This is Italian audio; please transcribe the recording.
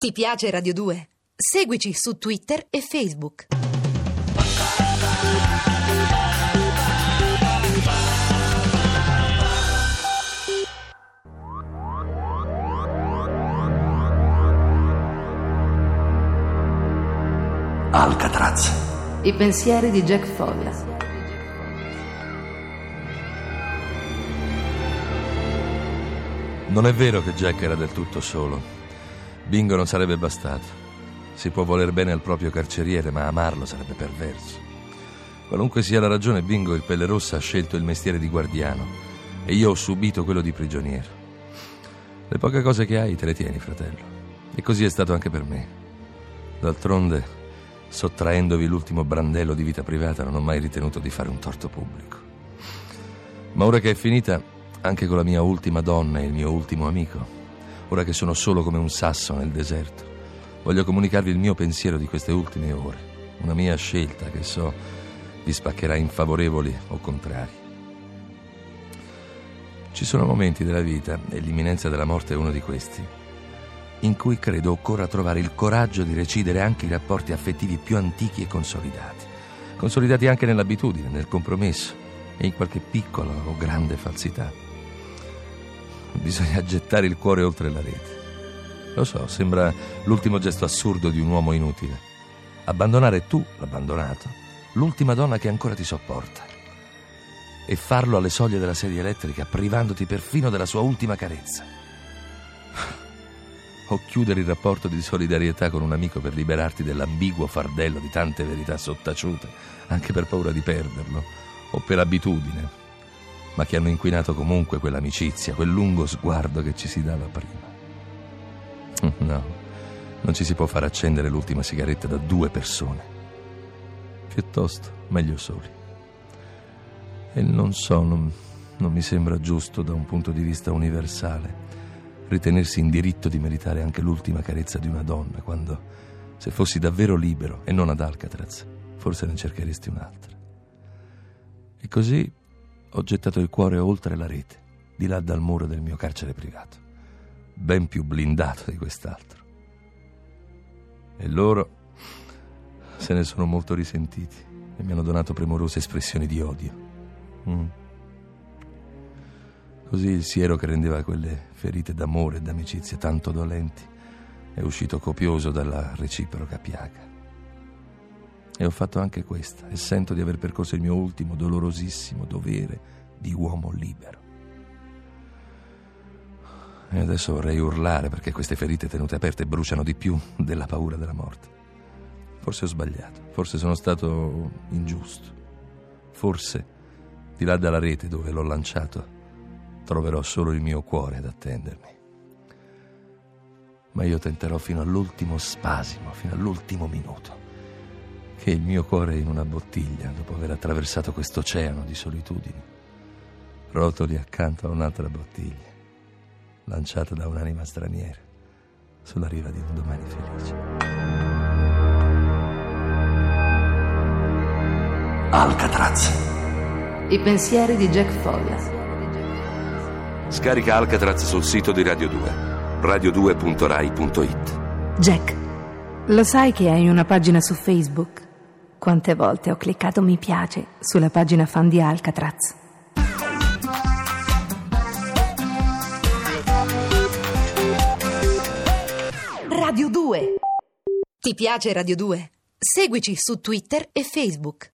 Ti piace Radio 2? Seguici su Twitter e Facebook. Alcatraz. I pensieri di Jack Folla. Non è vero che Jack era del tutto solo. Bingo non sarebbe bastato. Si può voler bene al proprio carceriere, ma amarlo sarebbe perverso. Qualunque sia la ragione, Bingo, il pelle rossa, ha scelto il mestiere di guardiano e io ho subito quello di prigioniero. Le poche cose che hai te le tieni, fratello. E così è stato anche per me. D'altronde, sottraendovi l'ultimo brandello di vita privata, non ho mai ritenuto di fare un torto pubblico. Ma ora che è finita, anche con la mia ultima donna e il mio ultimo amico, ora che sono solo come un sasso nel deserto, voglio comunicarvi il mio pensiero di queste ultime ore, una mia scelta che so vi spaccherà in favorevoli o contrari. Ci sono momenti della vita, e l'imminenza della morte è uno di questi, in cui credo occorra trovare il coraggio di recidere anche i rapporti affettivi più antichi e consolidati anche nell'abitudine, nel compromesso e in qualche piccola o grande falsità. Bisogna gettare il cuore oltre la rete. Lo so, sembra l'ultimo gesto assurdo di un uomo inutile. Abbandonare tu, l'abbandonato, l'ultima donna che ancora ti sopporta, e farlo alle soglie della sedia elettrica, privandoti perfino della sua ultima carezza. O chiudere il rapporto di solidarietà con un amico per liberarti dell'ambiguo fardello di tante verità sottaciute, anche per paura di perderlo, o per abitudine, ma che hanno inquinato comunque quell'amicizia, quel lungo sguardo che ci si dava prima. No, non ci si può far accendere l'ultima sigaretta da due persone. Piuttosto, meglio soli. E non mi sembra giusto da un punto di vista universale ritenersi in diritto di meritare anche l'ultima carezza di una donna, quando, se fossi davvero libero e non ad Alcatraz, forse ne cercheresti un'altra. E così ho gettato il cuore oltre la rete, di là dal muro del mio carcere privato, ben più blindato di quest'altro. E loro se ne sono molto risentiti e mi hanno donato premurose espressioni di odio. Così il siero che rendeva quelle ferite d'amore e d'amicizia tanto dolenti è uscito copioso dalla reciproca piaga. E ho fatto anche questa, e sento di aver percorso il mio ultimo dolorosissimo dovere di uomo libero. E adesso vorrei urlare perché queste ferite tenute aperte bruciano di più della paura della morte. Forse ho sbagliato, forse sono stato ingiusto, forse di là dalla rete dove l'ho lanciato troverò solo il mio cuore ad attendermi. Ma io tenterò fino all'ultimo spasimo, fino all'ultimo minuto, che il mio cuore è in una bottiglia dopo aver attraversato quest'oceano di solitudini, rotoli accanto a un'altra bottiglia, lanciata da un'anima straniera sulla riva di un domani felice. Alcatraz. I pensieri di Jack Folla. Scarica Alcatraz sul sito di Radio 2, radio2.rai.it. Jack, lo sai che hai una pagina su Facebook? Quante volte ho cliccato mi piace sulla pagina fan di Alcatraz. Radio 2. Ti piace Radio 2? Seguici su Twitter e Facebook.